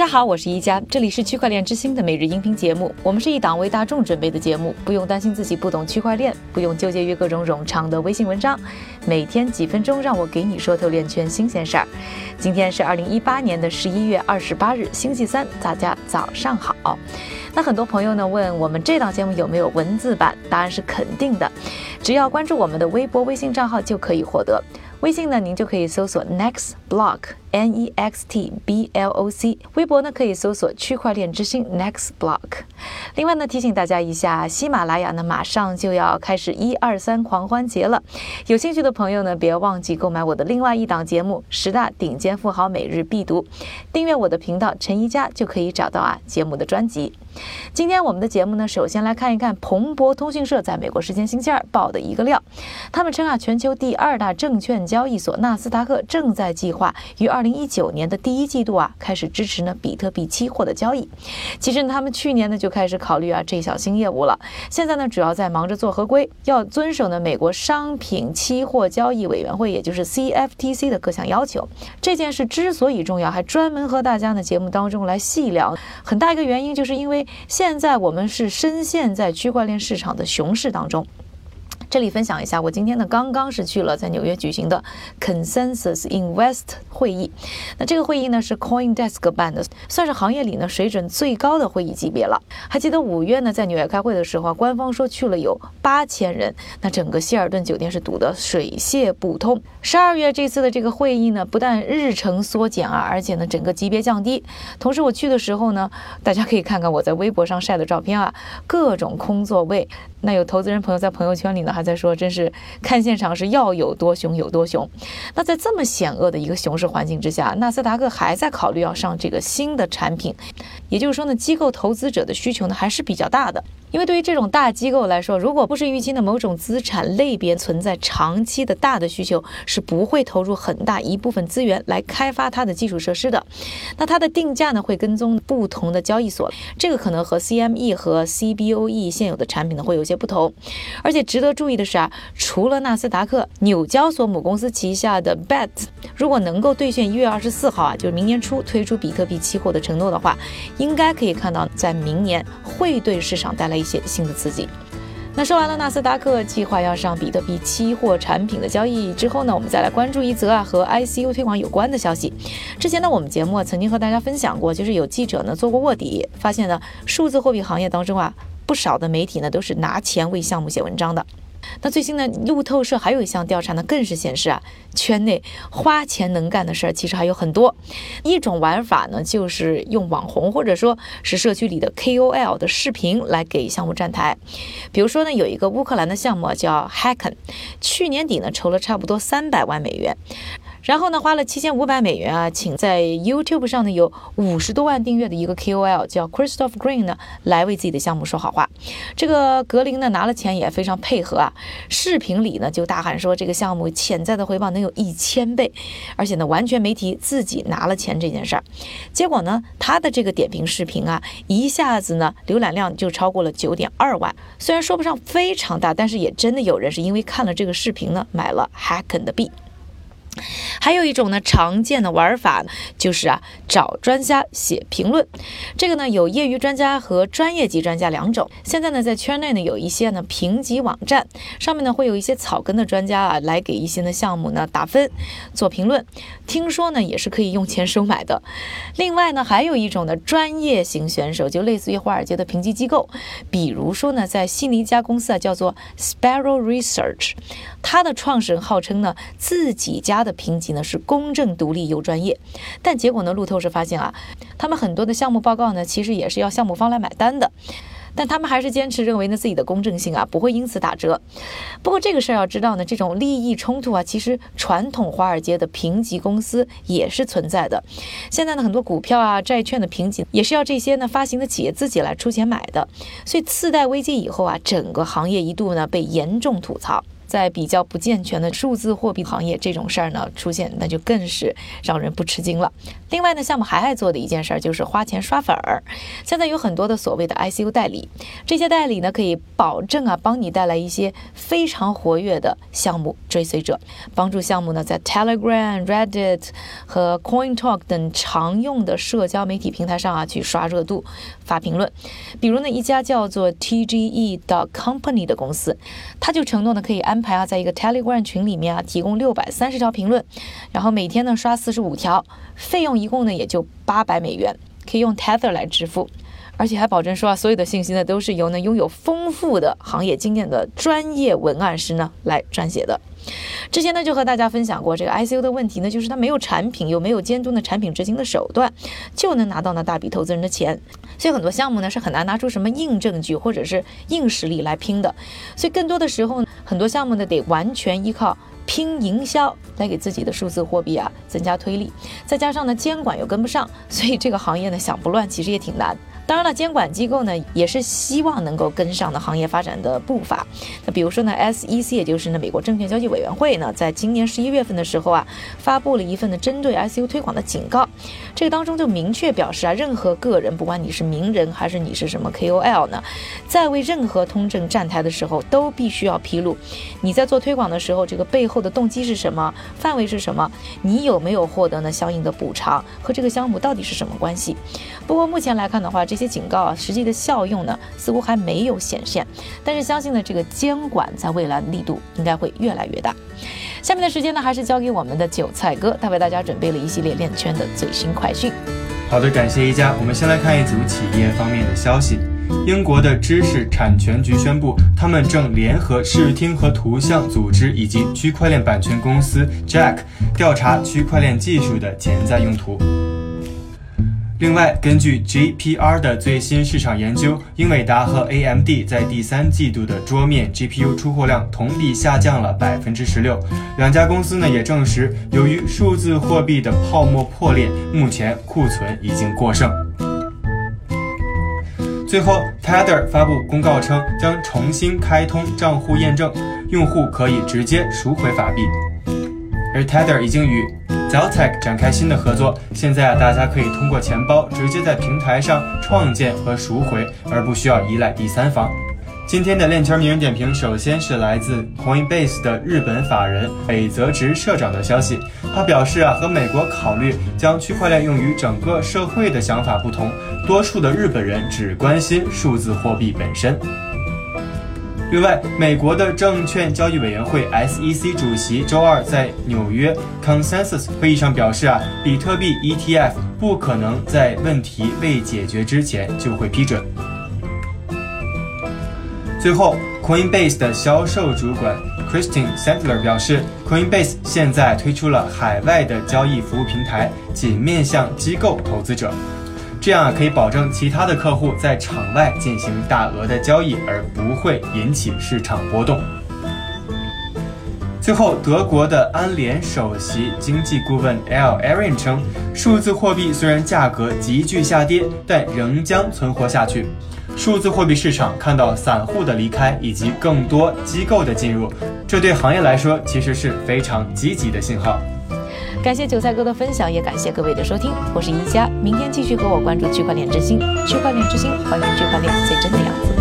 家好，我是一加，这里是区块链之星的每日音频节目。我们是一档为大众准备的节目，不用担心自己不懂区块链，不用纠结于各种冗长的微信文章，每天几分钟，让我给你说透链圈新鲜事儿。今天是2018年的11月28日，星期三，大家早上好。那很多朋友呢问我们这档节目有没有文字版，答案是肯定的，只要关注我们的微博、微信账号就可以获得。微信呢，您就可以搜索 NextBlock，NEXTBLOC。微博呢，可以搜索区块链之星 NextBlock。另外呢，提醒大家一下，喜马拉雅呢马上就要开始123狂欢节了，有兴趣的朋友呢，别忘记购买我的另外一档节目《10大顶尖富豪每日必读》，订阅我的频道陈一佳就可以找到节目的专辑。今天我们的节目呢，首先来看一看彭博通讯社在美国时间星期二报的一个料。他们称全球第2大证券交易所纳斯达克正在计划于2019年的第一季度开始支持比特币期货的交易。其实呢，他们去年呢就开始考虑这项新业务了，现在呢主要在忙着做合规，要遵守美国商品期货交易委员会，也就是 CFTC 的各项要求。这件事之所以重要，还专门和大家节目当中来细聊，很大一个原因就是因为现在我们是深陷在区块链市场的熊市当中。这里分享一下，我今天呢刚刚是去了在纽约举行的 Consensus Invest 会议。那这个会议呢是 CoinDesk 办的，算是行业里呢水准最高的会议级别了。还记得5月呢在纽约开会的时候，官方说去了有8000人，那整个希尔顿酒店是堵得水泄不通。12月这次的这个会议呢，不但日程缩减而且呢整个级别降低。同时我去的时候呢，大家可以看看我在微博上晒的照片各种空座位。那有投资人朋友在朋友圈里呢还在说，真是看现场是要有多熊有多熊。那在这么险恶的一个熊市环境之下，纳斯达克还在考虑要上这个新的产品，也就是说呢，机构投资者的需求呢还是比较大的。因为对于这种大机构来说，如果不是预期的某种资产类别存在长期的大的需求，是不会投入很大一部分资源来开发它的基础设施的。那它的定价呢会跟踪不同的交易所，这个可能和 CME 和 CBOE 现有的产品呢会有些不同。而且值得注意的是除了纳斯达克，纽交所母公司旗下的 BET 如果能够兑现1月24号就是明年初推出比特币期货的承诺的话，应该可以看到在明年会对市场带来一些新的刺激。那说完了纳斯达克计划要上比特币期货产品的交易之后呢，我们再来关注一则和 ICO 推广有关的消息。之前呢我们节目曾经和大家分享过，就是有记者呢做过卧底，发现呢数字货币行业当中不少的媒体呢都是拿钱为项目写文章的。那最新呢，路透社还有一项调查呢，更是显示圈内花钱能干的事儿其实还有很多。一种玩法呢，就是用网红或者说是社区里的 KOL 的视频来给项目站台。比如说呢，有一个乌克兰的项目叫 Hacken， 去年底呢筹了差不多300万美元。然后呢，花了7500美元请在 YouTube 上呢有50多万订阅的一个 KOL 叫 Christopher Green 呢来为自己的项目说好话。这个格林呢拿了钱也非常配合视频里呢就大喊说这个项目潜在的回报能有1000倍，而且呢完全没提自己拿了钱这件事儿。结果呢，他的这个点评视频一下子呢浏览量就超过了9.2万。虽然说不上非常大，但是也真的有人是因为看了这个视频呢买了 Hacken 的币。还有一种呢常见的玩法就是找专家写评论。这个呢有业余专家和专业级专家两种。现在呢在圈内呢有一些呢评级网站，上面呢会有一些草根的专家来给一些呢项目呢打分做评论，听说呢也是可以用钱收买的。另外呢还有一种呢专业型选手，就类似于华尔街的评级机构，比如说呢在悉尼一家公司叫做 Sparrow Research， 它的创始人号称呢自己家的评级呢是公正独立又专业，但结果呢路透社发现他们很多的项目报告呢其实也是要项目方来买单的，但他们还是坚持认为呢自己的公正性不会因此打折。不过这个事儿要知道呢，这种利益冲突其实传统华尔街的评级公司也是存在的。现在呢很多股票债券的评级也是要这些呢发行的企业自己来出钱买的，所以次贷危机以后整个行业一度呢被严重吐槽。 在比较不健全的数字货币行业，这种事儿呢出现，那就更是让人不吃惊了。另外呢，项目还爱做的一件事就是花钱刷粉儿。现在有很多的所谓的 ICO 代理，这些代理呢可以保证帮你带来一些非常活跃的项目追随者，帮助项目呢在 Telegram、Reddit 和 CoinTalk 等常用的社交媒体平台上去刷热度、发评论。比如呢，一家叫做 TGE.company 的公司，他就承诺呢可以安排在一个 Telegram 群里面提供630条评论，然后每天呢刷45条，费用一共呢也就$800，可以用 Tether 来支付。而且还保证说所有的信息呢都是由拥有丰富的行业经验的专业文案师呢来撰写的。之前呢就和大家分享过这个 ICO 的问题呢，就是它没有产品，又没有监督的产品执行的手段，就能拿到大笔投资人的钱，所以很多项目呢是很难拿出什么硬证据或者是硬实力来拼的。所以更多的时候很多项目呢得完全依靠拼营销来给自己的数字货币增加推力，再加上呢监管又跟不上，所以这个行业呢想不乱其实也挺难。当然了，监管机构呢也是希望能够跟上的行业发展的步伐。那比如说呢 SEC 也就是美国证券交易委员会呢，在今年11月份的时候发布了一份针对 ICO 推广的警告。这个当中就明确表示任何个人，不管你是名人还是你是什么 KOL 呢，在为任何通证站台的时候，都必须要披露你在做推广的时候，这个背后的动机是什么，范围是什么，你有没有获得呢相应的补偿，和这个项目到底是什么关系。不过目前来看的话，这些警告实际的效用呢似乎还没有显现，但是相信呢这个监管在未来的力度应该会越来越大。下面的时间呢还是交给我们的韭菜哥，他为大家准备了一系列链圈的最新快讯。 好的，感谢一家。我们先来看一组企业方面的消息。英国的知识产权局宣布，他们正联合视听和图像组织以及区块链版权公司 Jack 调查区块链技术的潜在用途。另外，根据 GPR 的最新市场研究，英伟达和 AMD 在第3季度的桌面 GPU 出货量同比下降了 16%。两家公司呢也证实，由于数字货币的泡沫破裂，目前库存已经过剩。最后 Tether 发布公告称，将重新开通账户验证，用户可以直接赎回法币。而 Tether 已经与 Zeltec 展开新的合作，现在大家可以通过钱包直接在平台上创建和赎回，而不需要依赖第三方。今天的链圈名人点评，首先是来自 Coinbase 的日本法人北泽直社长的消息。他表示和美国考虑将区块链用于整个社会的想法不同，多数的日本人只关心数字货币本身。另外，美国的证券交易委员会 SEC 主席周二在纽约 Consensus 会议上表示比特币 ETF 不可能在问题未解决之前就会批准。最后 Coinbase 的销售主管 Christine Sandler 表示， Coinbase 现在推出了海外的交易服务平台，仅面向机构投资者，这样可以保证其他的客户在场外进行大额的交易，而不会引起市场波动。最后，德国的安联首席经济顾问 L. Aaron 称，数字货币虽然价格急剧下跌，但仍将存活下去。数字货币市场看到散户的离开以及更多机构的进入，这对行业来说其实是非常积极的信号。 感谢韭菜哥的分享，也感谢各位的收听，我是一加，明天继续和我关注区块链之星，区块链之星还原区块链最真的样子。